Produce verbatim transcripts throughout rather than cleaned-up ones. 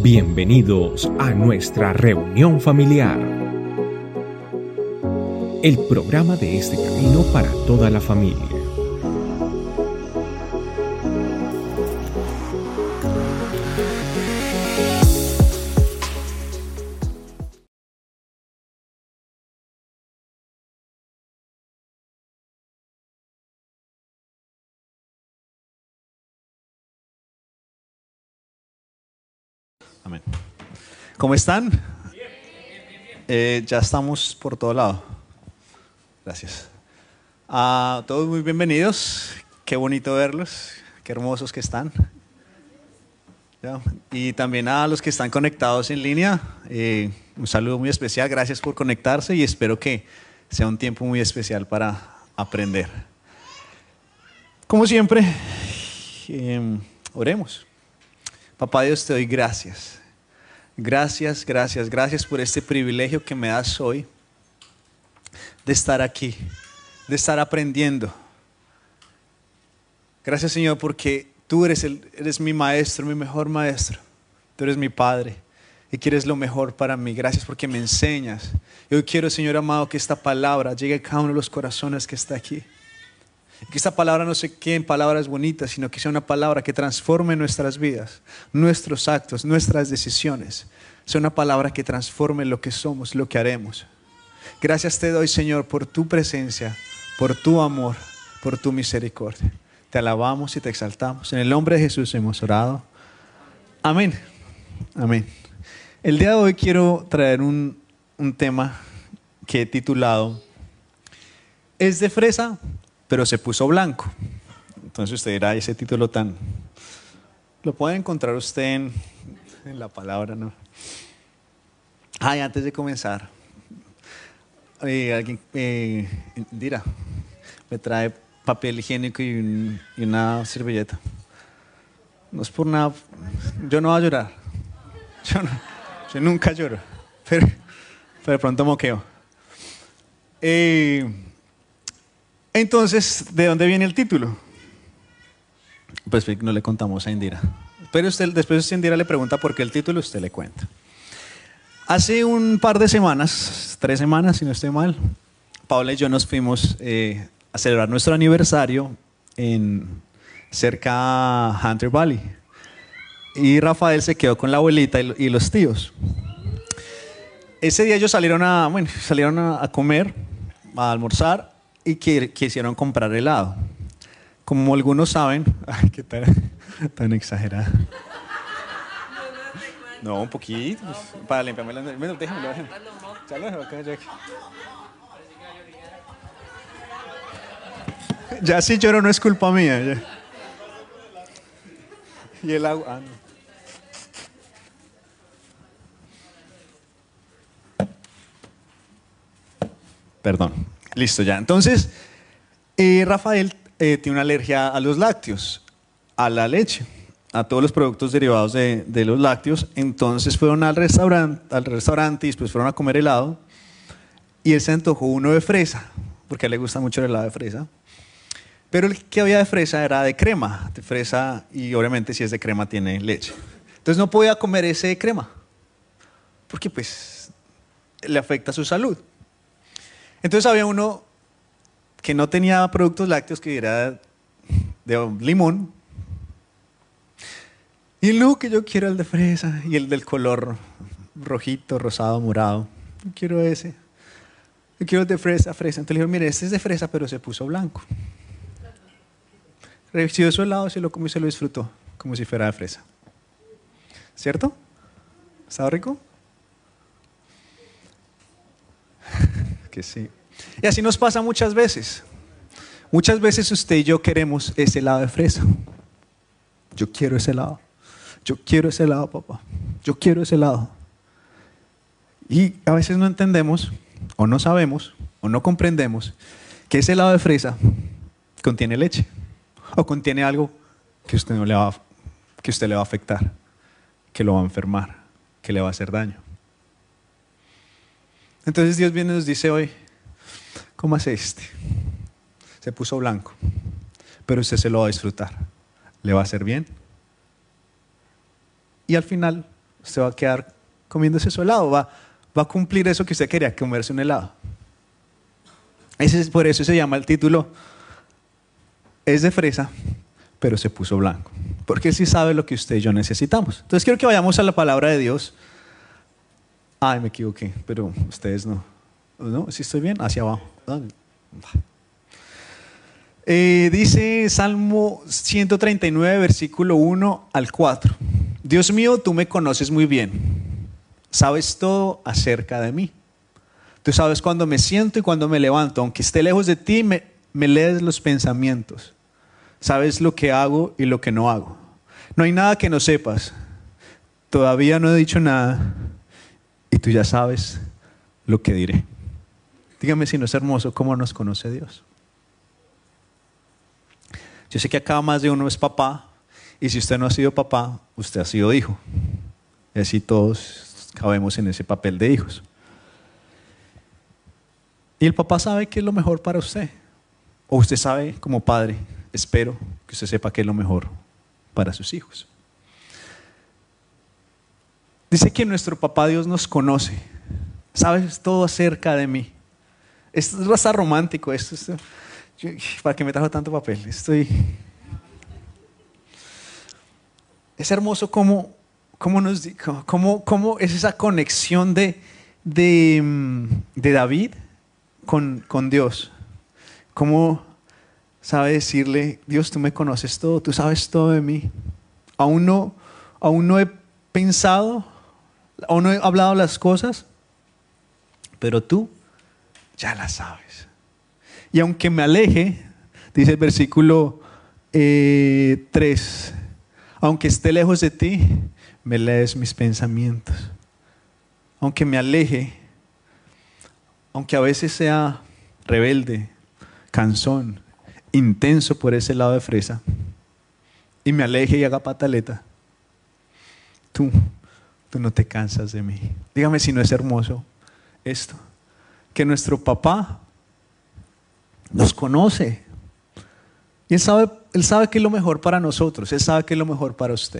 Bienvenidos a nuestra reunión familiar, el programa de este camino para toda la familia. Amén. ¿Cómo están? Eh, ya estamos por todo lado. Gracias. A todos muy bienvenidos. Qué bonito verlos. Qué hermosos que están. ¿Ya? Y también a los que están conectados en línea. Eh, un saludo muy especial. Gracias por conectarse y espero que sea un tiempo muy especial para aprender. Como siempre, eh, oremos. Papá Dios, te doy gracias. Gracias, gracias, gracias por este privilegio que me das hoy de estar aquí, de estar aprendiendo. Gracias, Señor, porque tú eres, el, eres mi maestro, mi mejor maestro. Tú eres mi Padre y quieres lo mejor para mí. Gracias porque me enseñas. Y hoy quiero, Señor amado, que esta palabra llegue a cada uno de los corazones que está aquí. Que esta palabra no se quede en palabras bonitas, sino que sea una palabra que transforme nuestras vidas, nuestros actos, nuestras decisiones. Sea una palabra que transforme lo que somos, lo que haremos. Gracias te doy, Señor, por tu presencia, por tu amor, por tu misericordia. Te alabamos y te exaltamos. En el nombre de Jesús hemos orado. Amén. Amén. El día de hoy quiero traer un, un tema que he titulado ¿Es de fresa, pero se puso blanco? Entonces usted dirá, ese título tan... Lo puede encontrar usted en, en la palabra, ¿no? Ay, antes de comenzar, eh, alguien eh, dirá, me trae papel higiénico y, un, y una servilleta. No es por nada, yo no voy a llorar. Yo, no, yo nunca lloro, pero, pero de pronto moqueo. Eh, Entonces, ¿de dónde viene el título? Pues no le contamos a Indira. Pero usted, después usted Indira le pregunta por qué el título, usted le cuenta. Hace un par de semanas, tres semanas si no estoy mal, Paula y yo nos fuimos eh, a celebrar nuestro aniversario en, cerca a Hunter Valley. Y Rafael se quedó con la abuelita y, y los tíos. Ese día ellos salieron a, bueno, salieron a, a comer, a almorzar. Y que quisieron comprar helado. Como algunos saben, ay, qué tan, tan exagerada. No, un poquito, pues, para limpiarme la nariz. Déjenmelo, déjenmelo. Ya lo dejo acá, ya. Ya si lloro no es culpa mía. Ya. Y el agua. Ah, no. Perdón. Listo ya. Entonces, eh, Rafael eh, tiene una alergia a los lácteos, a la leche, a todos los productos derivados de, de los lácteos. Entonces fueron al restaurante, al restaurante y después fueron a comer helado. Y él se antojó uno de fresa, porque a él le gusta mucho el helado de fresa. Pero el que había de fresa era de crema, de fresa, y obviamente si es de crema tiene leche. Entonces no podía comer ese de crema, porque pues le afecta su salud. Entonces había uno que no tenía productos lácteos, que era de limón. Y el no, que yo quiero el de fresa y el del color rojito, rosado, morado. Yo quiero ese. Yo quiero el de fresa, fresa. Entonces le dijeron, mire, este es de fresa, pero se puso blanco. Recibió su helado, se lo comió y se lo disfrutó, como si fuera de fresa. ¿Cierto? ¿Estaba rico? Que sí. Y así nos pasa muchas veces. Muchas veces usted y yo queremos ese helado de fresa. Yo quiero ese helado. Yo quiero ese helado, papá. Yo quiero ese helado. Y a veces no entendemos, o no sabemos, o no comprendemos que ese helado de fresa contiene leche, o contiene algo que usted no le va, que usted le va a afectar, que lo va a enfermar, que le va a hacer daño. Entonces Dios viene y nos dice hoy, cómase este. Se puso blanco, pero usted se lo va a disfrutar. Le va a hacer bien. Y al final usted va a quedar comiéndose su helado, va, va a cumplir eso que usted quería, comerse un helado. Ese es, por eso se llama el título, es de fresa, pero se puso blanco. Porque Él sí sabe lo que usted y yo necesitamos. Entonces quiero que vayamos a la palabra de Dios. Ay, me equivoqué, pero ustedes no. ¿No? ¿Sí estoy bien? Hacia abajo. Eh, dice Salmo ciento treinta y nueve, versículo uno al cuatro. Dios mío, tú me conoces muy bien. Sabes todo acerca de mí. Tú sabes cuando me siento y cuando me levanto. Aunque esté lejos de ti, me, me lees los pensamientos. Sabes lo que hago y lo que no hago. No hay nada que no sepas. Todavía no he dicho nada y tú ya sabes lo que diré. Dígame si no es hermoso cómo nos conoce Dios. Yo sé que acá más de uno es papá, y si usted no ha sido papá, usted ha sido hijo. Y así todos cabemos en ese papel de hijos. Y el papá sabe qué es lo mejor para usted. O usted sabe como padre, espero que usted sepa qué es lo mejor para sus hijos. Dice que nuestro papá Dios nos conoce. Sabes todo acerca de mí. Esto es bastante romántico. Esto, esto, yo, ¿para qué me trajo tanto papel? Estoy... Es hermoso cómo, cómo, nos, cómo, cómo es esa conexión de, de, de David con, con Dios. Cómo sabe decirle, Dios, tú me conoces todo, tú sabes todo de mí. Aún no, aún no he pensado, aún no he hablado las cosas, pero tú ya las sabes. Y aunque me aleje, dice el versículo eh, tres, aunque esté lejos de ti, me lees mis pensamientos. Aunque me aleje, aunque a veces sea rebelde, cansón, intenso por ese lado de fresa, y me aleje y haga pataleta, tú, tú no te cansas de mí. Dígame si no es hermoso esto, que nuestro papá nos conoce y Él sabe, Él sabe qué es lo mejor para nosotros, Él sabe qué es lo mejor para usted.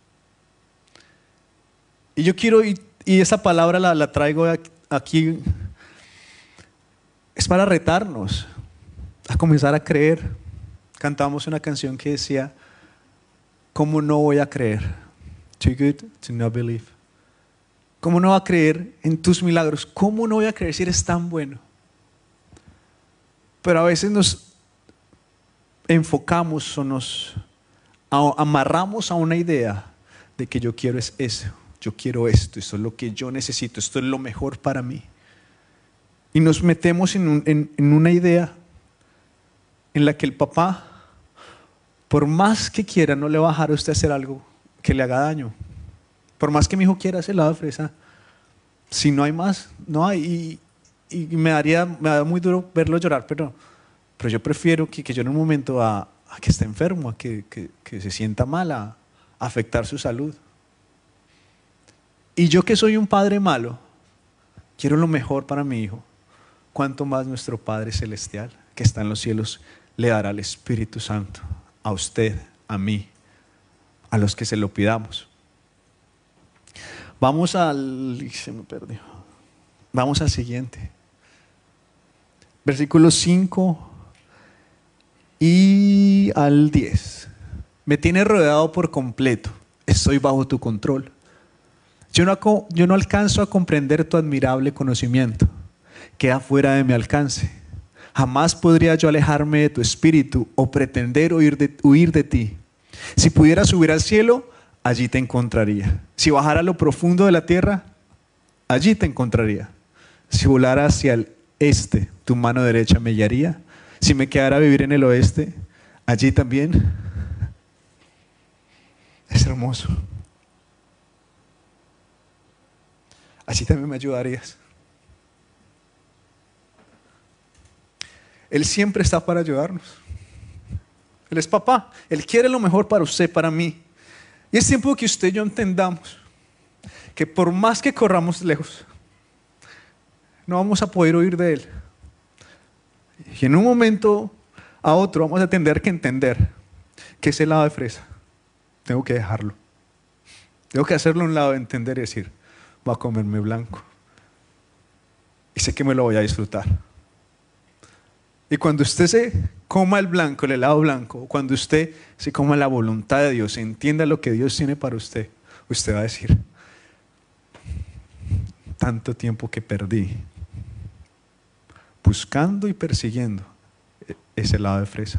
Y yo quiero, y, y esa palabra la, la traigo aquí, es para retarnos a comenzar a creer. Cantamos una canción que decía, ¿cómo no voy a creer? Too good to not believe. ¿Cómo no voy a creer en tus milagros? ¿Cómo no voy a creer si eres tan bueno? Pero a veces nos enfocamos o nos amarramos a una idea de que yo quiero es eso, yo quiero esto, esto es lo que yo necesito, esto es lo mejor para mí. Y nos metemos en, un, en, en una idea en la que el papá, por más que quiera, no le va a dejar a usted hacer algo que le haga daño. Por más que mi hijo quiera hacer helado de fresa, si no hay más, no hay. Y, y me daría, me da muy duro verlo llorar, pero, pero yo prefiero que, que yo en un momento a, a que esté enfermo, a que, que, que se sienta mal, a, a afectar su salud. Y yo que soy un padre malo, quiero lo mejor para mi hijo. Cuánto más nuestro Padre Celestial, que está en los cielos, le dará el Espíritu Santo a usted, a mí, a los que se lo pidamos. Vamos al... se me perdió. Vamos al siguiente. Versículos cinco y al diez. Me tienes rodeado por completo. Estoy bajo tu control. Yo no, yo no alcanzo a comprender tu admirable conocimiento. Queda fuera de mi alcance. Jamás podría yo alejarme de tu espíritu o pretender huir de, huir de ti. Si pudiera subir al cielo, allí te encontraría. Si bajara a lo profundo de la tierra, allí te encontraría. Si volara hacia el este, tu mano derecha me guiaría. Si me quedara a vivir en el oeste, allí también. Es hermoso. Así también me ayudarías. Él siempre está para ayudarnos. Él es papá. Él quiere lo mejor para usted, para mí. Y es tiempo que usted y yo entendamos que por más que corramos lejos, no vamos a poder huir de Él. Y en un momento a otro vamos a tener que entender que ese helado de fresa tengo que dejarlo. Tengo que hacerlo a un lado, entender y decir, voy a comerme blanco. Y sé que me lo voy a disfrutar. Y cuando usted se coma el blanco, el helado blanco, cuando usted se coma la voluntad de Dios, entienda lo que Dios tiene para usted, usted va a decir, tanto tiempo que perdí buscando y persiguiendo ese helado de fresa.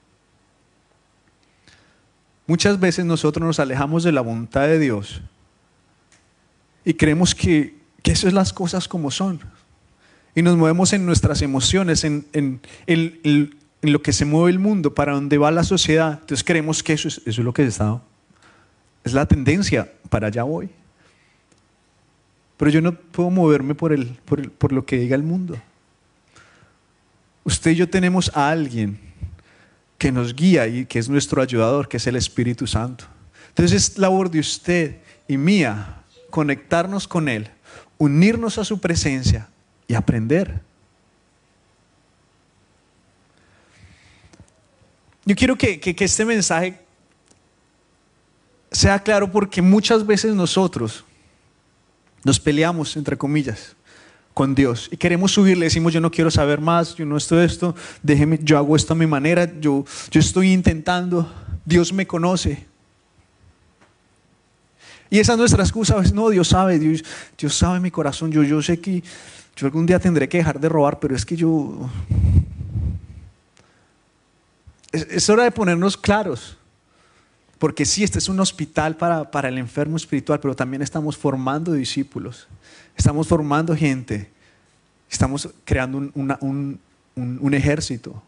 Muchas veces nosotros nos alejamos de la voluntad de Dios y creemos que, que eso es las cosas como son. Y nos movemos en nuestras emociones, en, en, en, en, en lo que se mueve el mundo, para donde va la sociedad. Entonces creemos que eso es, eso es lo que está, es la tendencia, para allá voy. Pero yo no puedo moverme por, el, por, el, por lo que diga el mundo. Usted y yo tenemos a alguien que nos guía y que es nuestro ayudador, que es el Espíritu Santo. Entonces es labor de usted y mía conectarnos con Él, unirnos a su presencia y aprender. Yo quiero que, que, que este mensaje sea claro, porque muchas veces nosotros nos peleamos, entre comillas, con Dios y queremos subir. Le decimos, yo no quiero saber más, yo no estoy esto, déjeme, yo hago esto a mi manera, yo, yo estoy intentando, Dios me conoce. Y esa es nuestra excusa. A veces, no, Dios sabe, Dios, Dios sabe mi corazón, yo, yo sé que yo algún día tendré que dejar de robar, pero es que yo... Es, es hora de ponernos claros, porque sí, este es un hospital para, para el enfermo espiritual, pero también estamos formando discípulos, estamos formando gente, estamos creando un, una, un, un, un ejército.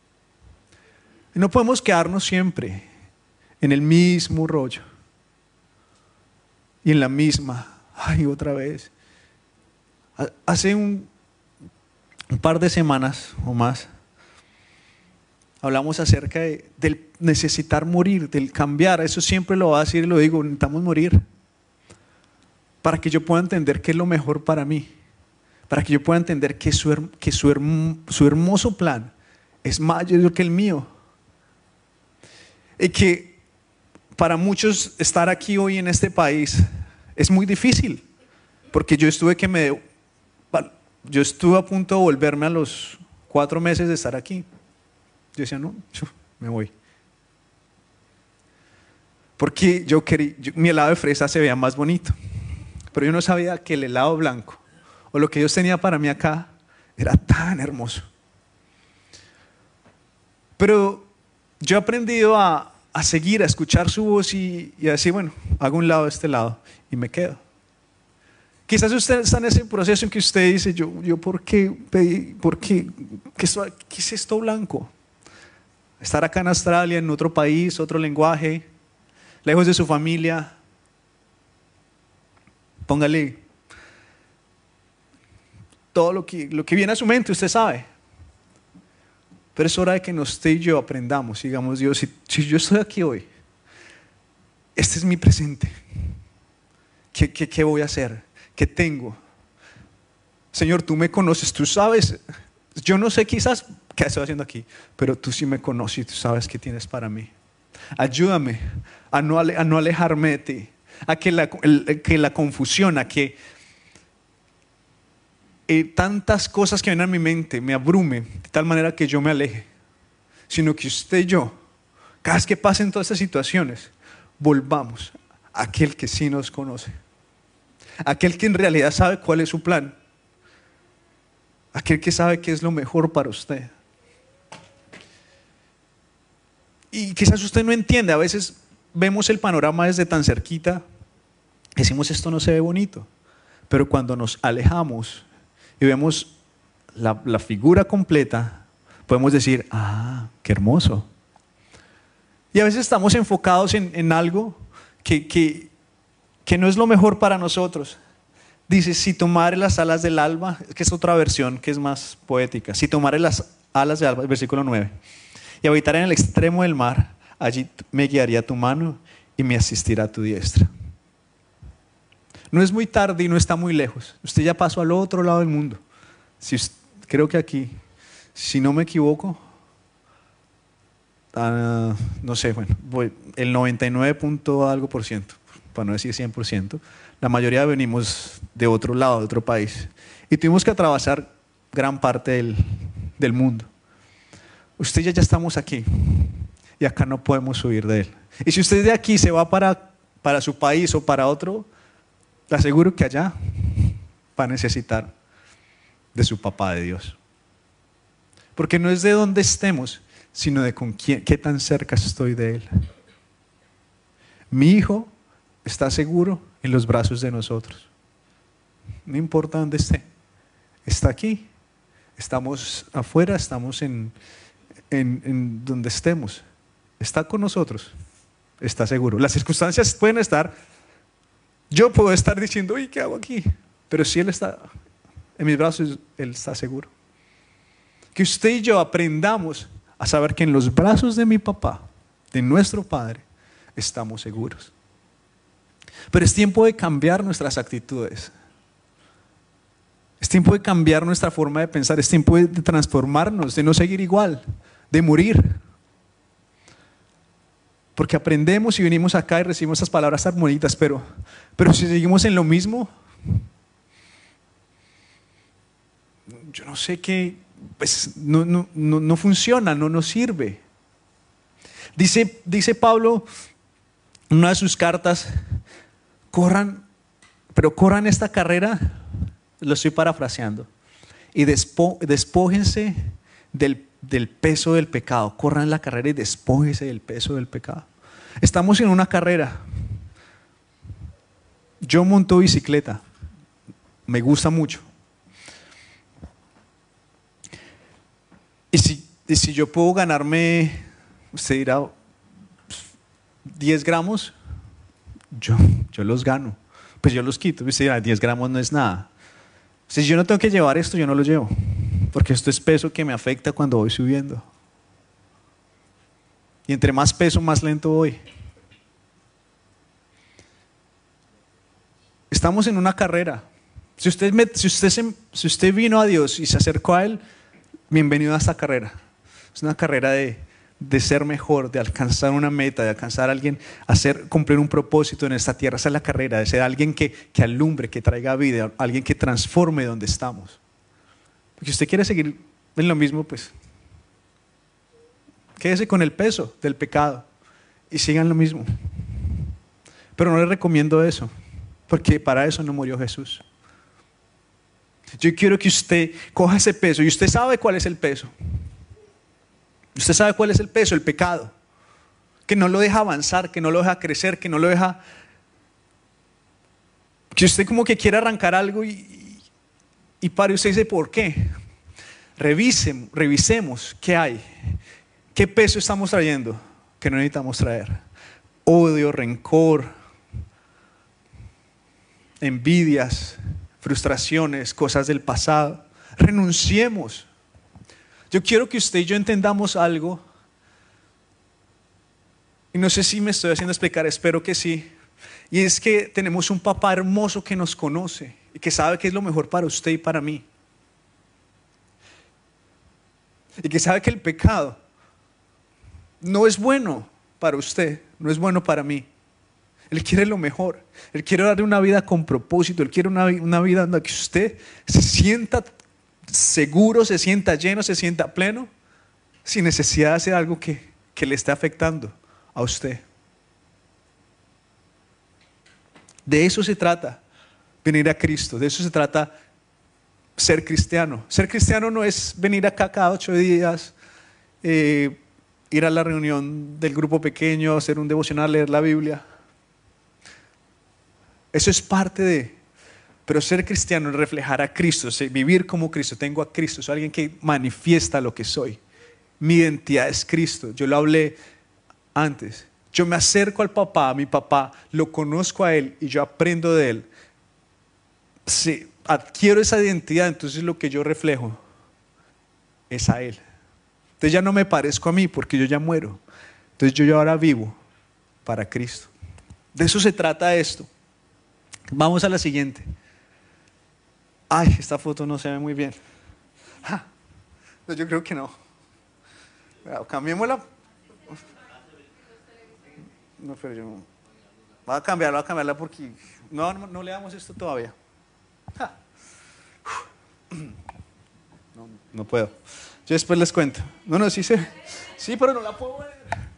Y no podemos quedarnos siempre en el mismo rollo y en la misma, ay, otra vez. Hace un, un par de semanas o más hablamos acerca de, del necesitar morir, del cambiar. Eso siempre lo voy a decir y lo digo, necesitamos morir para que yo pueda entender qué es lo mejor para mí, para que yo pueda entender que su, que su, herm, su hermoso plan es mayor que el mío, y que para muchos estar aquí hoy en este país es muy difícil, porque yo estuve que me yo estuve a punto de volverme a los cuatro meses de estar aquí. Yo decía, no, yo me voy. Porque yo quería, yo, mi helado de fresa se veía más bonito, pero yo no sabía que el helado blanco, o lo que Dios tenía para mí acá, era tan hermoso. Pero yo he aprendido a, a seguir, a escuchar su voz y, y a decir, bueno, hago un lado de este lado y me quedo. Quizás usted está en ese proceso en que usted dice, yo, yo ¿por qué pedí, por qué, qué, qué es esto blanco? Estar acá en Australia, en otro país, otro lenguaje, lejos de su familia. Póngale todo lo que, lo que viene a su mente, usted sabe. Pero es hora de que usted y yo aprendamos, digamos, Dios, si, si yo estoy aquí hoy, este es mi presente. ¿Qué, qué, qué voy a hacer? ¿Qué tengo? Señor, tú me conoces, tú sabes. Yo no sé quizás qué estoy haciendo aquí, pero tú sí me conoces y tú sabes qué tienes para mí. Ayúdame a no, ale, a no alejarme de ti, a que la, el, que la confusión, a que eh, tantas cosas que vienen a mi mente me abrumen de tal manera que yo me aleje, sino que usted y yo, cada vez que pasen todas estas situaciones, volvamos a aquel que sí nos conoce, aquel que en realidad sabe cuál es su plan, aquel que sabe qué es lo mejor para usted. Y quizás usted no entiende, a veces vemos el panorama desde tan cerquita, decimos esto no se ve bonito, pero cuando nos alejamos y vemos la, la figura completa, podemos decir, ah, qué hermoso. Y a veces estamos enfocados en, en algo que, que, que no es lo mejor para nosotros. Dice, si tomare las alas del alba, que es otra versión que es más poética, si tomare las alas del alba, versículo nueve, y habitar en el extremo del mar, allí me guiaría tu mano y me asistirá tu diestra. No es muy tarde y no está muy lejos. Usted ya pasó al otro lado del mundo. Si usted, creo que aquí, si no me equivoco, uh, no sé, bueno, voy, el noventa y nueve punto algo por ciento. para no decir cien por ciento. La mayoría venimos de otro lado, de otro país. Y tuvimos que atravesar gran parte del, del mundo. Usted ya, ya estamos aquí. Y acá no podemos huir de él. Y si usted de aquí se va para, para su país o para otro, le aseguro que allá va a necesitar de su papá de Dios. Porque no es de dónde estemos, sino de con quién, qué tan cerca estoy de Él. Mi hijo está seguro en los brazos de nosotros. No importa dónde esté. Está aquí. Estamos afuera, estamos en, en, en donde estemos. Está con nosotros. Está seguro. Las circunstancias pueden estar. Yo puedo estar diciendo, uy, ¿qué hago aquí? Pero si Él está en mis brazos, Él está seguro. Que usted y yo aprendamos a saber que en los brazos de mi papá, de nuestro Padre, estamos seguros. Pero es tiempo de cambiar nuestras actitudes. Es tiempo de cambiar nuestra forma de pensar. Es tiempo de transformarnos, de no seguir igual, de morir. Porque aprendemos y venimos acá y recibimos esas palabras tan bonitas, pero, pero si seguimos en lo mismo, yo no sé qué, pues no, no, no, no funciona, no nos sirve. Dice, dice Pablo en una de sus cartas, corran, pero corran esta carrera, lo estoy parafraseando, y despo, despójense del, del peso del pecado. Corran la carrera y despójense del peso del pecado. Estamos en una carrera. Yo monto bicicleta, me gusta mucho. Y si, y si yo puedo ganarme, usted dirá, diez gramos, yo, yo los gano. Pues yo los quito. Usted dirá, diez gramos no es nada. Si yo no tengo que llevar esto, yo no lo llevo. Porque esto es peso que me afecta cuando voy subiendo. Y entre más peso, más lento voy. Estamos en una carrera. Si usted, me, si, usted se, si usted vino a Dios y se acercó a Él, bienvenido a esta carrera. Es una carrera de, de ser mejor, de alcanzar una meta, de alcanzar a alguien, hacer, cumplir un propósito en esta tierra. Esa es la carrera, de ser alguien que, que alumbre, que traiga vida, alguien que transforme donde estamos. Porque si usted quiere seguir en lo mismo, pues quédese con el peso del pecado y sigan lo mismo. Pero no le recomiendo eso, porque para eso no murió Jesús. Yo quiero que usted coja ese peso, y usted sabe cuál es el peso. Usted sabe cuál es el peso, el pecado, que no lo deja avanzar, que no lo deja crecer, que no lo deja, que usted como que quiere arrancar algo y, y para usted dice, ¿por qué? Revisen, revisemos qué hay, qué peso estamos trayendo que no necesitamos traer. Odio, rencor, envidias, frustraciones, cosas del pasado. Renunciemos. Yo quiero que usted y yo entendamos algo, y no sé si me estoy haciendo explicar, espero que sí, y es que tenemos un papá hermoso que nos conoce y que sabe qué es lo mejor para usted y para mí, y que sabe que el pecado no es bueno para usted, no es bueno para mí. Él quiere lo mejor. Él quiere darle una vida con propósito. Él quiere una, una vida en la que usted se sienta seguro, se sienta lleno, se sienta pleno, sin necesidad de hacer algo que, que le esté afectando a usted. De eso se trata venir a Cristo. De eso se trata ser cristiano. Ser cristiano no es venir acá cada ocho días, eh, ir a la reunión del grupo pequeño, hacer un devocional, leer la Biblia. Eso es parte de, pero ser cristiano es reflejar a Cristo, vivir como Cristo. Tengo a Cristo, soy alguien que manifiesta lo que soy. Mi identidad es Cristo. Yo lo hablé antes. Yo me acerco al papá, a mi papá, lo conozco a Él y yo aprendo de Él. Si adquiero esa identidad, entonces lo que yo reflejo es a Él. Entonces ya no me parezco a mí porque yo ya muero. Entonces yo ya ahora vivo para Cristo. De eso se trata esto. Vamos a la siguiente. Ay, esta foto no se ve muy bien. Ah, no, yo creo que no. Cambiémosla. No, pero yo no. Voy a cambiarla, voy a cambiarla porque no, no, no le damos esto todavía. Ja. No, no puedo. Yo después les cuento. No, no, sí sé. Sí, pero no la puedo poner.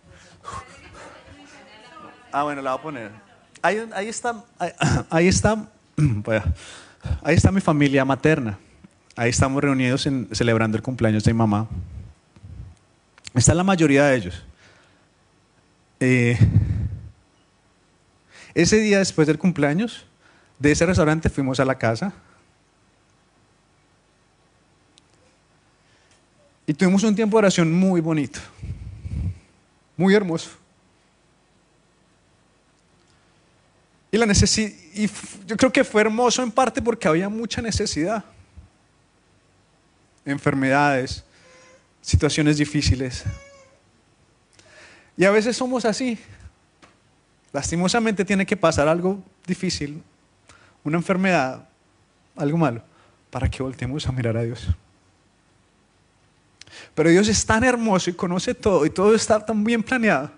Ah, bueno, la voy a poner. Ahí, ahí está, ahí, ahí está, ahí está mi familia materna. Ahí estamos reunidos en, celebrando el cumpleaños de mi mamá. Está la mayoría de ellos. Eh, ese día después del cumpleaños de ese restaurante fuimos a la casa y tuvimos un tiempo de oración muy bonito, muy hermoso. Y, la necesi- y yo creo que fue hermoso en parte porque había mucha necesidad, enfermedades, situaciones difíciles. Y a veces somos así. Lastimosamente tiene que pasar algo difícil, una enfermedad, algo malo, para que volteemos a mirar a Dios. Pero Dios es tan hermoso y conoce todo y todo está tan bien planeado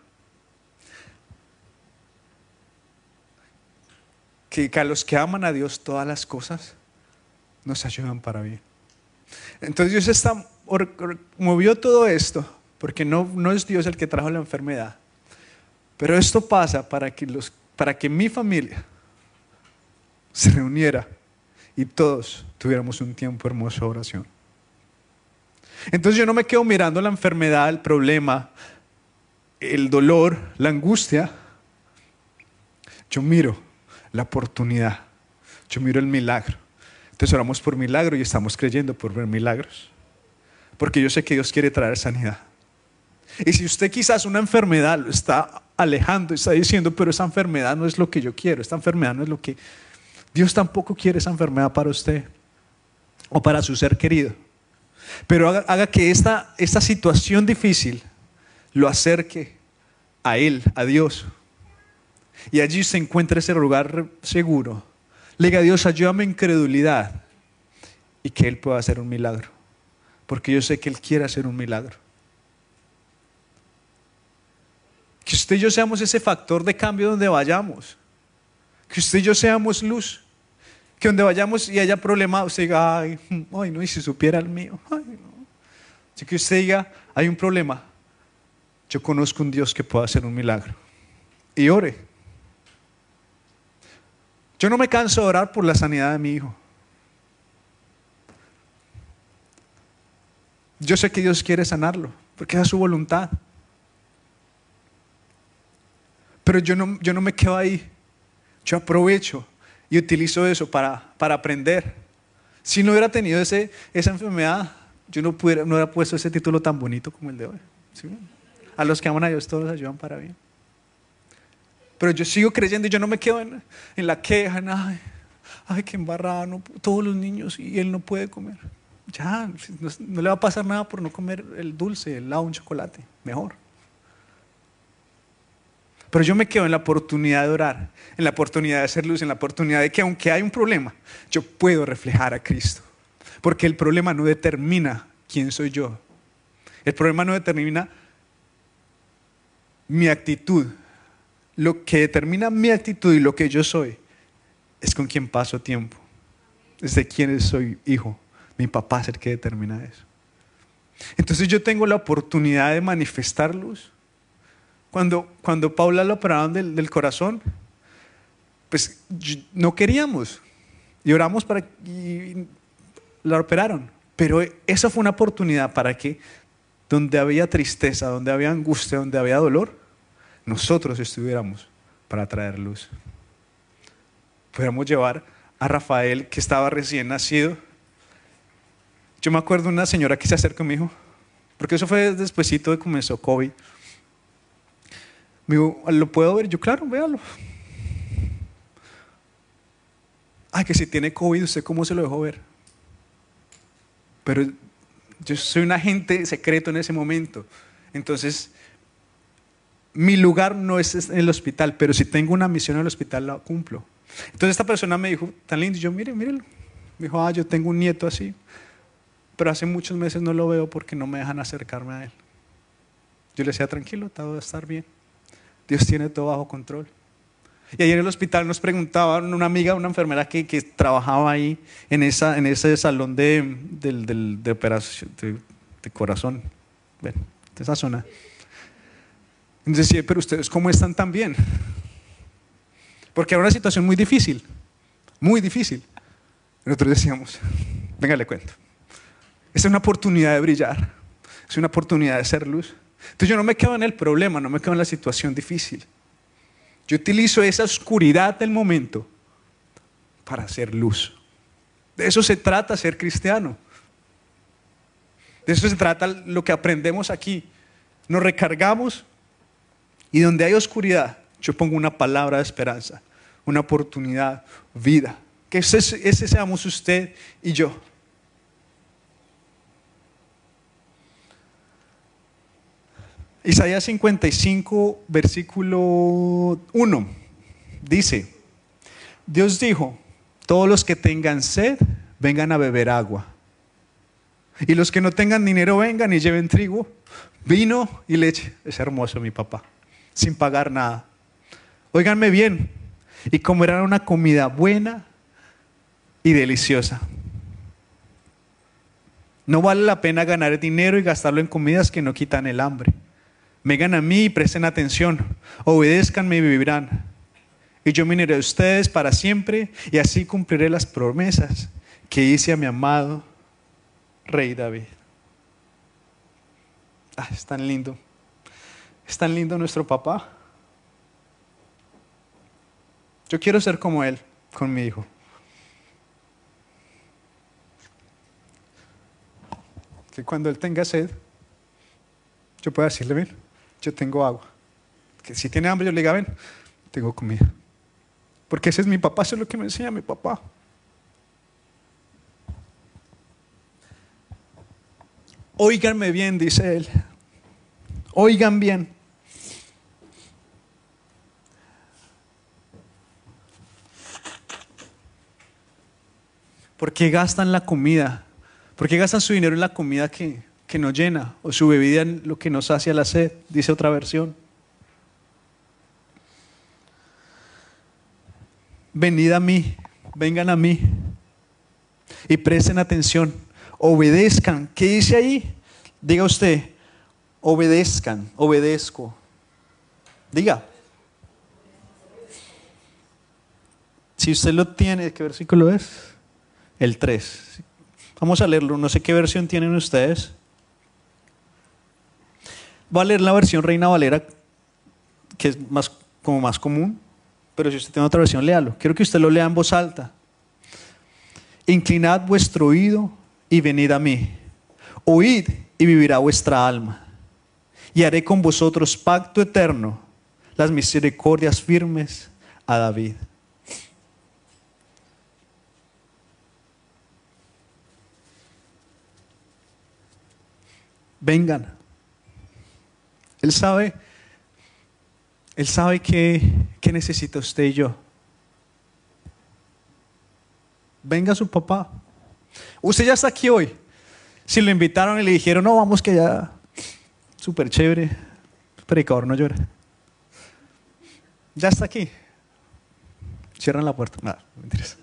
que a los que aman a Dios todas las cosas nos ayudan para bien. Entonces Dios está, movió todo esto porque no, no es Dios el que trajo la enfermedad. Pero esto pasa para que, los, para que mi familia se reuniera y todos tuviéramos un tiempo hermoso de oración. Entonces yo no me quedo mirando la enfermedad, el problema, el dolor, la angustia. Yo miro la oportunidad, yo miro el milagro. Entonces oramos por milagro y estamos creyendo por ver milagros. Porque yo sé que Dios quiere traer sanidad. Y si usted quizás una enfermedad lo está alejando, está diciendo, pero esa enfermedad no es lo que yo quiero, esta enfermedad no es lo que... Dios tampoco quiere esa enfermedad para usted o para su ser querido. Pero haga, haga que esta, esta situación difícil lo acerque a Él, a Dios. Y allí se encuentra ese lugar seguro. Le diga a Dios, ayúdame en incredulidad y que Él pueda hacer un milagro. Porque yo sé que Él quiere hacer un milagro. Que usted y yo seamos ese factor de cambio donde vayamos. Que usted y yo seamos luz. Que donde vayamos y haya problemas, usted diga, ay, ay no, y si supiera el mío. Ay, no. Así que usted diga, hay un problema. Yo conozco un Dios que puede hacer un milagro. Y ore. Yo no me canso de orar por la sanidad de mi hijo. Yo sé que Dios quiere sanarlo, porque es su voluntad. Pero yo no, yo no me quedo ahí. Yo aprovecho y utilizo eso para, para aprender. Si no hubiera tenido ese, esa enfermedad, yo no, pudiera, no hubiera puesto ese título tan bonito como el de hoy. ¿Sí? A los que aman a Dios todos los ayudan para bien. Pero yo sigo creyendo y yo no me quedo en, en la queja, en, ay, ay, qué embarrada, no, todos los niños y él no puede comer. Ya, no, no le va a pasar nada por no comer el dulce, el helado, un chocolate, mejor. Pero yo me quedo en la oportunidad de orar, en la oportunidad de hacer luz, en la oportunidad de que aunque hay un problema, yo puedo reflejar a Cristo. Porque el problema no determina quién soy yo. El problema no determina mi actitud. Lo que determina mi actitud y lo que yo soy es con quién paso tiempo. Es de quién soy hijo. Mi papá es el que determina eso. Entonces yo tengo la oportunidad de manifestar luz. Cuando, cuando Paula la operaron del, del corazón, pues no queríamos. Y oramos para y la operaron. Pero esa fue una oportunidad para que donde había tristeza, donde había angustia, donde había dolor, nosotros estuviéramos para traer luz. Pudiéramos llevar a Rafael, que estaba recién nacido. Yo me acuerdo de una señora que se acercó a mi hijo, porque eso fue despuesito de que comenzó COVID. Me dijo, ¿lo puedo ver? Yo, claro, véalo. Ay, que si tiene COVID, ¿usted cómo se lo dejó ver? Pero yo soy un agente secreto en ese momento. Entonces, mi lugar no es en el hospital, pero si tengo una misión en el hospital, la cumplo. Entonces esta persona me dijo, tan lindo, y yo, mire, mírelo. Me dijo, ah, yo tengo un nieto así, pero hace muchos meses no lo veo porque no me dejan acercarme a él. Yo le decía, tranquilo, todo va a estar bien. Dios tiene todo bajo control. Y ayer en el hospital nos preguntaba una amiga, una enfermera que, que trabajaba ahí en, esa, en ese salón de, de, de, de operación de, de corazón, bueno, de esa zona. Entonces decía, pero ustedes ¿cómo están tan bien? Porque era una situación muy difícil, muy difícil. Nosotros decíamos, venga, le cuento. Esta es una oportunidad de brillar, es una oportunidad de ser luz. Entonces yo no me quedo en el problema, no me quedo en la situación difícil. Yo utilizo esa oscuridad del momento para hacer luz. De eso se trata ser cristiano. De eso se trata lo que aprendemos aquí. Nos recargamos y donde hay oscuridad, yo pongo una palabra de esperanza, una oportunidad, vida. Que ese, ese seamos usted y yo. Isaías cincuenta y cinco, versículo uno, dice, Dios dijo, todos los que tengan sed, vengan a beber agua. Y los que no tengan dinero, vengan y lleven trigo, vino y leche. Es hermoso mi papá, sin pagar nada. Óiganme bien, y comerán una comida buena y deliciosa. No vale la pena ganar dinero y gastarlo en comidas que no quitan el hambre. Vengan a mí y presten atención, obedézcanme y vivirán. Y yo miraré a ustedes para siempre y así cumpliré las promesas que hice a mi amado Rey David. Ah, es tan lindo, es tan lindo nuestro papá. Yo quiero ser como él, con mi hijo. Que cuando él tenga sed, yo pueda decirle, ven, yo tengo agua. Que si tiene hambre, yo le diga, ven, tengo comida. Porque ese es mi papá, eso es lo que me enseña mi papá. Óiganme bien, dice él. Oigan bien. ¿Por qué gastan la comida? ¿Por qué gastan su dinero en la comida que, que no llena? O su bebida en lo que nos sacia la sed, dice otra versión. Venid a mí, vengan a mí y presten atención, obedezcan. ¿Qué dice ahí? Diga usted, obedezcan, obedezco. Diga. Si usted lo tiene, ¿qué versículo es? El tres. Vamos a leerlo, no sé qué versión tienen ustedes. Voy a leer la versión Reina Valera, que es más, como más común, pero si usted tiene otra versión, léalo. Quiero que usted lo lea en voz alta. Inclinad vuestro oído y venid a mí. Oíd y vivirá vuestra alma. Y haré con vosotros pacto eterno, las misericordias firmes a David. Vengan. Él sabe, Él sabe que, que necesita usted y yo. Venga su papá. Usted ya está aquí hoy. Si lo invitaron y le dijeron, no, vamos que ya, súper chévere, el predicador no llora. Ya está aquí. Cierran la puerta. Nada, no me interesa.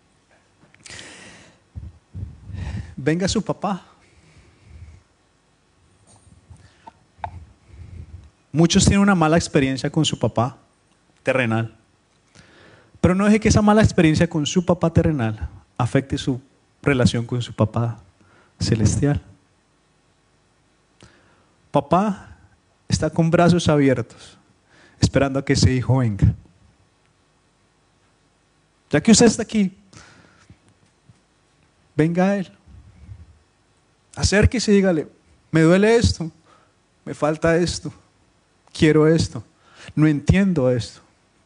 Venga su papá. Muchos tienen una mala experiencia con su papá terrenal. Pero no deje que esa mala experiencia con su papá terrenal afecte su relación con su papá celestial. Papá está con brazos abiertos, esperando a que ese hijo venga. Ya que usted está aquí, venga a él. Acérquese y dígale, me duele esto, me falta esto, quiero esto, no entiendo esto.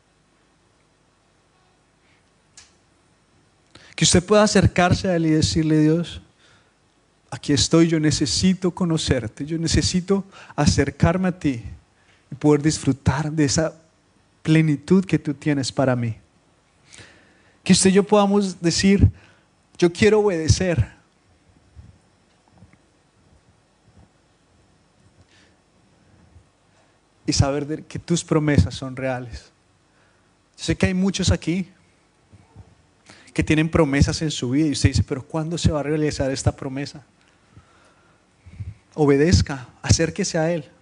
Que usted pueda acercarse a él y decirle, Dios, aquí estoy, yo necesito conocerte, yo necesito acercarme a ti y poder disfrutar de esa plenitud que tú tienes para mí. Que usted y yo podamos decir, yo quiero obedecer. Y saber de que tus promesas son reales. Sé que hay muchos aquí que tienen promesas en su vida y usted dice, pero ¿cuándo se va a realizar esta promesa? Obedezca, acérquese a Él.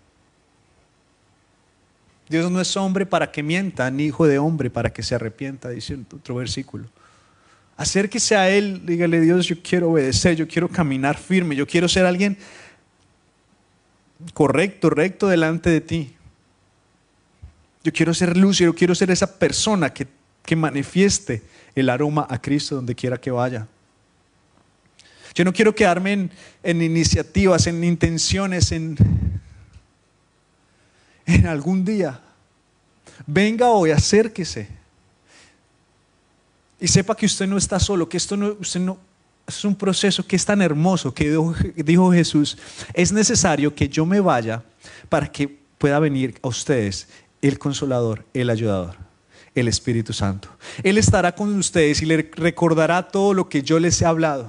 Dios no es hombre para que mienta, ni hijo de hombre para que se arrepienta, dice otro versículo. Acérquese a Él, dígale, Dios, yo quiero obedecer, yo quiero caminar firme, yo quiero ser alguien correcto, recto delante de ti. Yo quiero ser luz, yo quiero ser esa persona que, que manifieste el aroma a Cristo donde quiera que vaya. Yo no quiero quedarme en, en iniciativas, en intenciones, en, en algún día. Venga hoy, acérquese. Y sepa que usted no está solo, que esto no, usted no, es un proceso que es tan hermoso, que dijo, dijo Jesús, es necesario que yo me vaya para que pueda venir a ustedes el Consolador, el Ayudador, el Espíritu Santo. Él estará con ustedes y les recordará todo lo que yo les he hablado.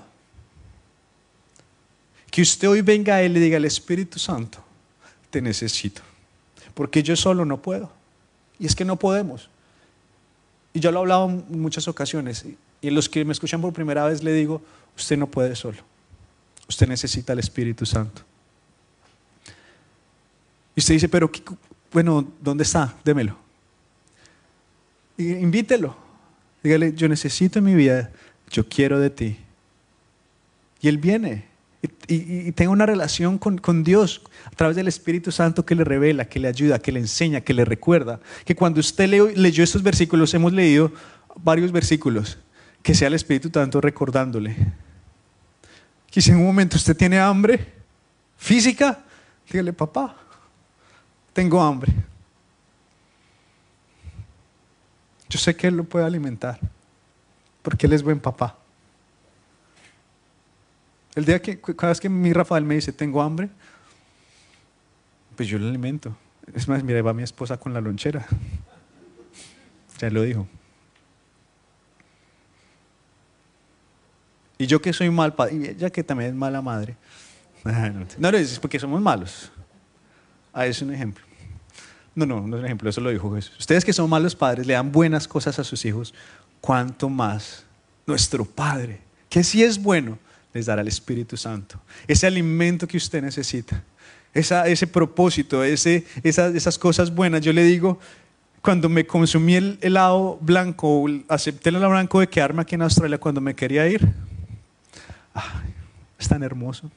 Que usted hoy venga a Él y le diga, el Espíritu Santo, te necesito, porque yo solo no puedo. Y es que no podemos. Y yo lo he hablado en muchas ocasiones, y los que me escuchan por primera vez le digo, usted no puede solo, usted necesita el Espíritu Santo. Y usted dice, pero bueno, ¿dónde está? Démelo. Y invítelo, dígale, yo necesito en mi vida, yo quiero de ti. Y Él viene, y, y, y tenga una relación con, con Dios a través del Espíritu Santo que le revela, que le ayuda, que le enseña, que le recuerda. Que cuando usted le, leyó estos versículos, hemos leído varios versículos, que sea el Espíritu Santo recordándole. Que si en un momento usted tiene hambre física, dígale, papá, tengo hambre. Yo sé que Él lo puede alimentar, porque Él es buen papá. El día que, cada vez que mi Rafael me dice, tengo hambre, pues yo le alimento. Es más, mira, va mi esposa con la lonchera. Ya lo dijo. Y yo que soy mal padre, y ella que también es mala madre. No, no, es porque somos malos. Ah, es un ejemplo. No, no, no es un ejemplo, eso lo dijo Jesús. Ustedes que son malos padres, le dan buenas cosas a sus hijos, ¿cuánto más nuestro Padre, que sí es bueno, les dará el Espíritu Santo? Ese alimento que usted necesita, esa, ese propósito, ese, esas, esas cosas buenas. Yo le digo, cuando me consumí el helado blanco, acepté el helado blanco de quedarme aquí en Australia cuando me quería ir, ay, es tan hermoso.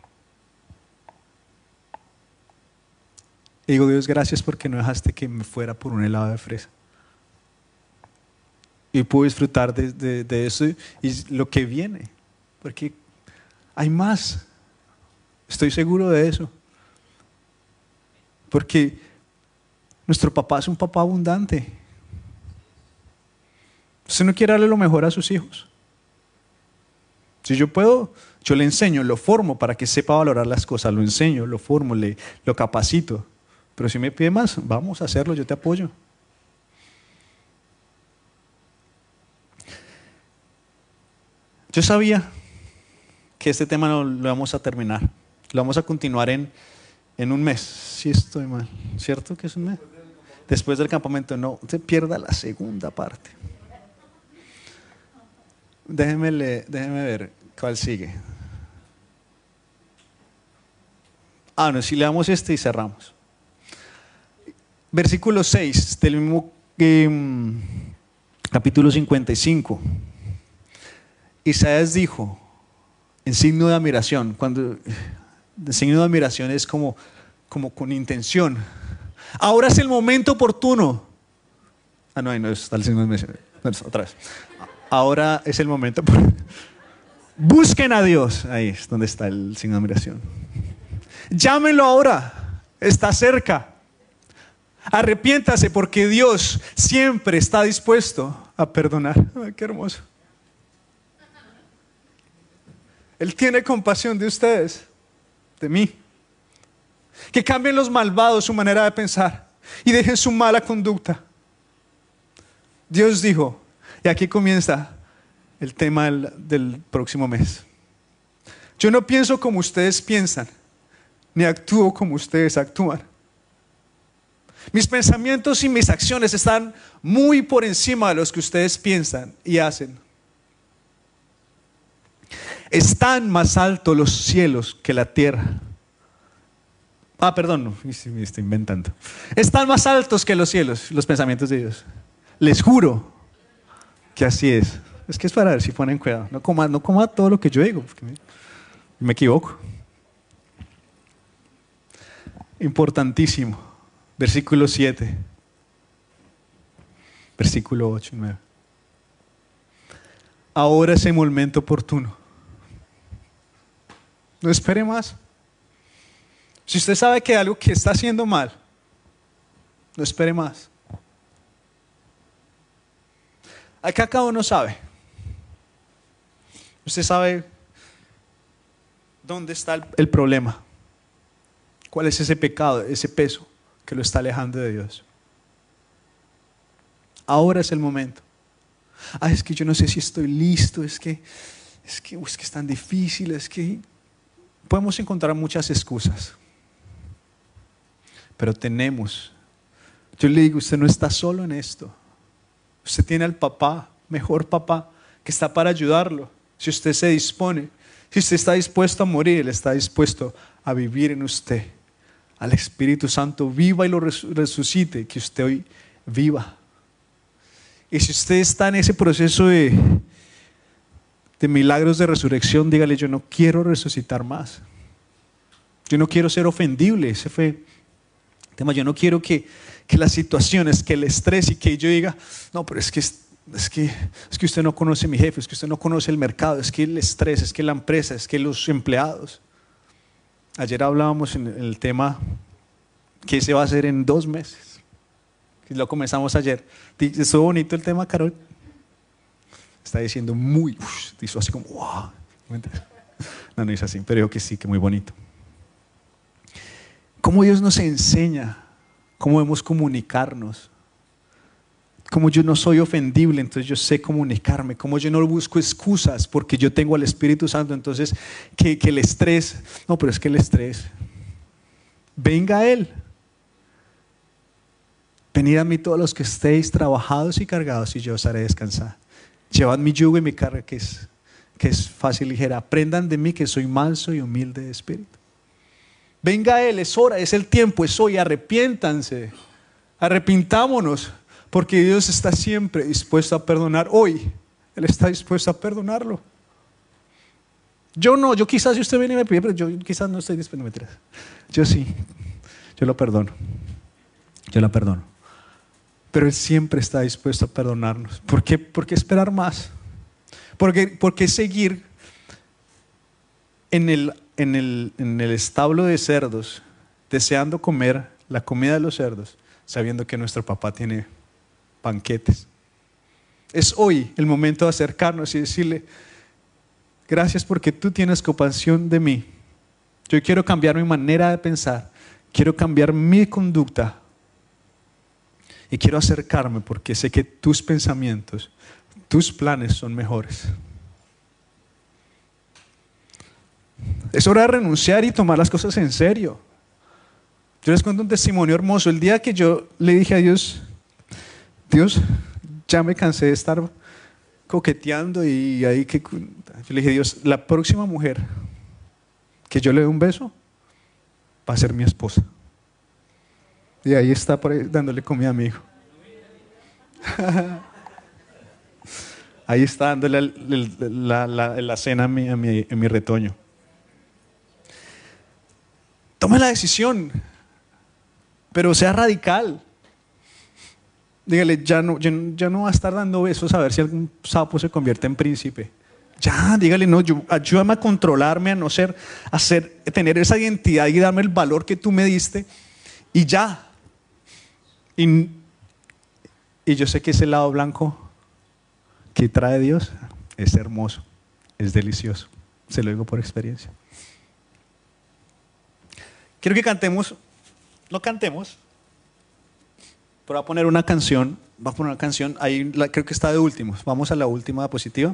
Y digo, Dios, gracias porque no dejaste que me fuera por un helado de fresa. Y puedo disfrutar de, de, de eso y lo que viene, porque hay más. Estoy seguro de eso. Porque nuestro papá es un papá abundante. Usted no quiere darle lo mejor a sus hijos. Si yo puedo, yo le enseño, lo formo para que sepa valorar las cosas, lo enseño, lo formo, le, lo capacito. Pero si me pide más, vamos a hacerlo, yo te apoyo. Yo sabía que este tema no lo vamos a terminar, lo vamos a continuar en, en un mes, si estoy mal, ¿cierto que es un mes? Después del campamento, no se pierda la segunda parte. Déjeme, le, déjeme ver cuál sigue. Ah, no, si le damos este y cerramos. Versículo seis del mismo eh, capítulo cincuenta y cinco. Isaías dijo, en signo de admiración, cuando el signo de admiración es como, como con intención. Ahora es el momento oportuno. Ah, no, ahí no está el signo de admiración. No, otra vez. Ahora es el momento oportuno. Busquen a Dios. Ahí es donde está el signo de admiración. Llámenlo ahora. Está cerca. Arrepiéntase porque Dios siempre está dispuesto a perdonar. Ay, qué hermoso. Él tiene compasión de ustedes, de mí. Que cambien los malvados su manera de pensar y dejen su mala conducta. Dios dijo, y aquí comienza el tema del, del próximo mes. Yo no pienso como ustedes piensan, ni actúo como ustedes actúan. Mis pensamientos y mis acciones están muy por encima de los que ustedes piensan y hacen. Están más altos los cielos que la tierra. Ah, perdón, no, me estoy inventando. Están más altos que los cielos, los pensamientos de Dios. Les juro que así es. Es que es para ver si ponen cuidado. No coma, no coma todo lo que yo digo, porque me, me equivoco. Importantísimo. Versículo siete. Versículo ocho y nueve. Ahora es el momento oportuno. No espere más. Si usted sabe que algo que está haciendo mal, no espere más. Acá cada uno sabe. Usted sabe dónde está el, el problema. ¿Cuál es ese pecado, ese peso que lo está alejando de Dios? Ahora es el momento. Ah, es que yo no sé si estoy listo, es que es que, es que es tan difícil, es que podemos encontrar muchas excusas. Pero tenemos, yo le digo, usted no está solo en esto. Usted tiene al papá, mejor papá, que está para ayudarlo. Si usted se dispone, si usted está dispuesto a morir, Él está dispuesto a vivir en usted. Al Espíritu Santo viva y lo resucite, que usted hoy viva. Y si usted está en ese proceso de, de milagros de resurrección, dígale, yo no quiero resucitar más. Yo no quiero ser ofendible. Ese fue el tema. Yo no quiero que, que las situaciones, que el estrés y que yo diga, no, pero es que, es, que, es que usted no conoce a mi jefe, es que usted no conoce el mercado, es que el estrés, es que la empresa, es que los empleados. Ayer hablábamos en el tema que se va a hacer en dos meses. Lo comenzamos ayer. Estuvo bonito el tema, Carol. Está diciendo muy, uf, hizo así como, wow. No, no es así, pero yo que sí, que muy bonito. Cómo Dios nos enseña, cómo debemos comunicarnos. Como yo no soy ofendible, entonces yo sé comunicarme. Como yo no busco excusas porque yo tengo al Espíritu Santo, entonces que, que el estrés, no, pero es que el estrés, venga a Él. Venid a mí todos los que estéis trabajados y cargados y yo os haré descansar. Llevad mi yugo y mi carga que es, que es fácil y ligera. Aprendan de mí que soy manso y humilde de espíritu. Venga a Él, es hora, es el tiempo, es hoy, arrepiéntanse, arrepintámonos, porque Dios está siempre dispuesto a perdonar. Hoy, Él está dispuesto a perdonarlo. Yo no, yo quizás si usted viene y me pide, pero yo quizás no estoy dispuesto a meter. Yo sí, yo lo perdono, yo la perdono. Pero Él siempre está dispuesto a perdonarnos. ¿Por qué, ¿Por qué esperar más? ¿Por qué, por qué seguir en el, en, el, en el establo de cerdos, deseando comer la comida de los cerdos, sabiendo que nuestro papá tiene banquetes? Es hoy el momento de acercarnos y decirle, gracias porque tú tienes compasión de mí. Yo quiero cambiar mi manera de pensar, quiero cambiar mi conducta. Y quiero acercarme porque sé que tus pensamientos, tus planes son mejores. Es hora de renunciar y tomar las cosas en serio. Yo les cuento un testimonio hermoso. El día que yo le dije a Dios, Dios, ya me cansé de estar coqueteando y ahí que... Yo le dije, Dios, la próxima mujer que yo le dé un beso va a ser mi esposa. Y ahí está por ahí dándole comida a mi hijo. Ahí está dándole la, la, la, la cena a mi, a, mi, a mi retoño. Tome la decisión, pero sea radical. Dígale, ya no, ya, ya no va a estar dando besos a ver si algún sapo se convierte en príncipe. Ya, dígale, no, yo, ayúdame a controlarme, a no ser, a ser, a tener esa identidad y darme el valor que tú me diste. Y ya. Y, y yo sé que ese lado blanco que trae Dios es hermoso, es delicioso. Se lo digo por experiencia. Quiero que cantemos, no cantemos, pero voy a poner una canción, voy a poner una canción, ahí la, creo que está de últimos. Vamos a la última diapositiva.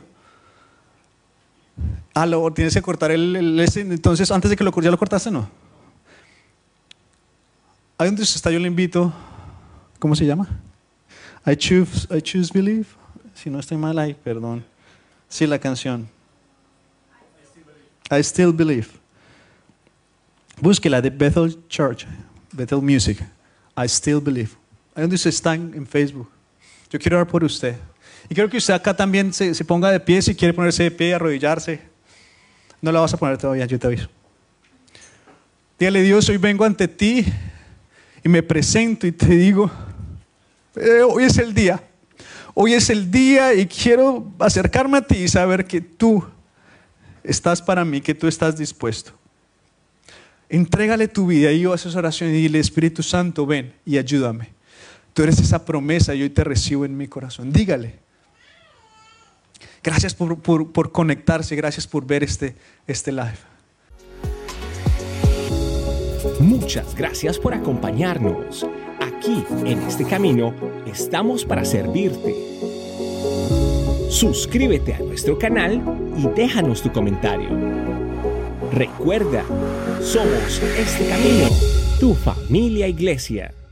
Ah, lo, tienes que cortar el, el ese, entonces antes de que lo, ¿ya lo cortaste, no? Ahí donde usted está yo le invito ¿Cómo se llama? I choose, I choose believe. Si no estoy mal ahí, perdón. Sí, la canción. I still believe. Búsquela de Bethel Church, Bethel Music. I still believe. Ahí donde usted está en, en Facebook. Yo quiero orar por usted. Y quiero que usted acá también se, se ponga de pie si quiere ponerse de pie y arrodillarse. No la vas a poner todavía, yo te aviso. Dígale, Dios, hoy vengo ante ti y me presento y te digo, eh, hoy es el día. Hoy es el día y quiero acercarme a ti y saber que tú estás para mí, que tú estás dispuesto. Entrégale tu vida y yo haces oración y dile, Espíritu Santo, ven y ayúdame. Tú eres esa promesa y hoy te recibo en mi corazón. Dígale. Gracias por, por, por conectarse, gracias por ver este, este live. Muchas gracias por acompañarnos. Aquí, en este camino, estamos para servirte. Suscríbete a nuestro canal y déjanos tu comentario. Recuerda, somos Este Camino, tu familia iglesia.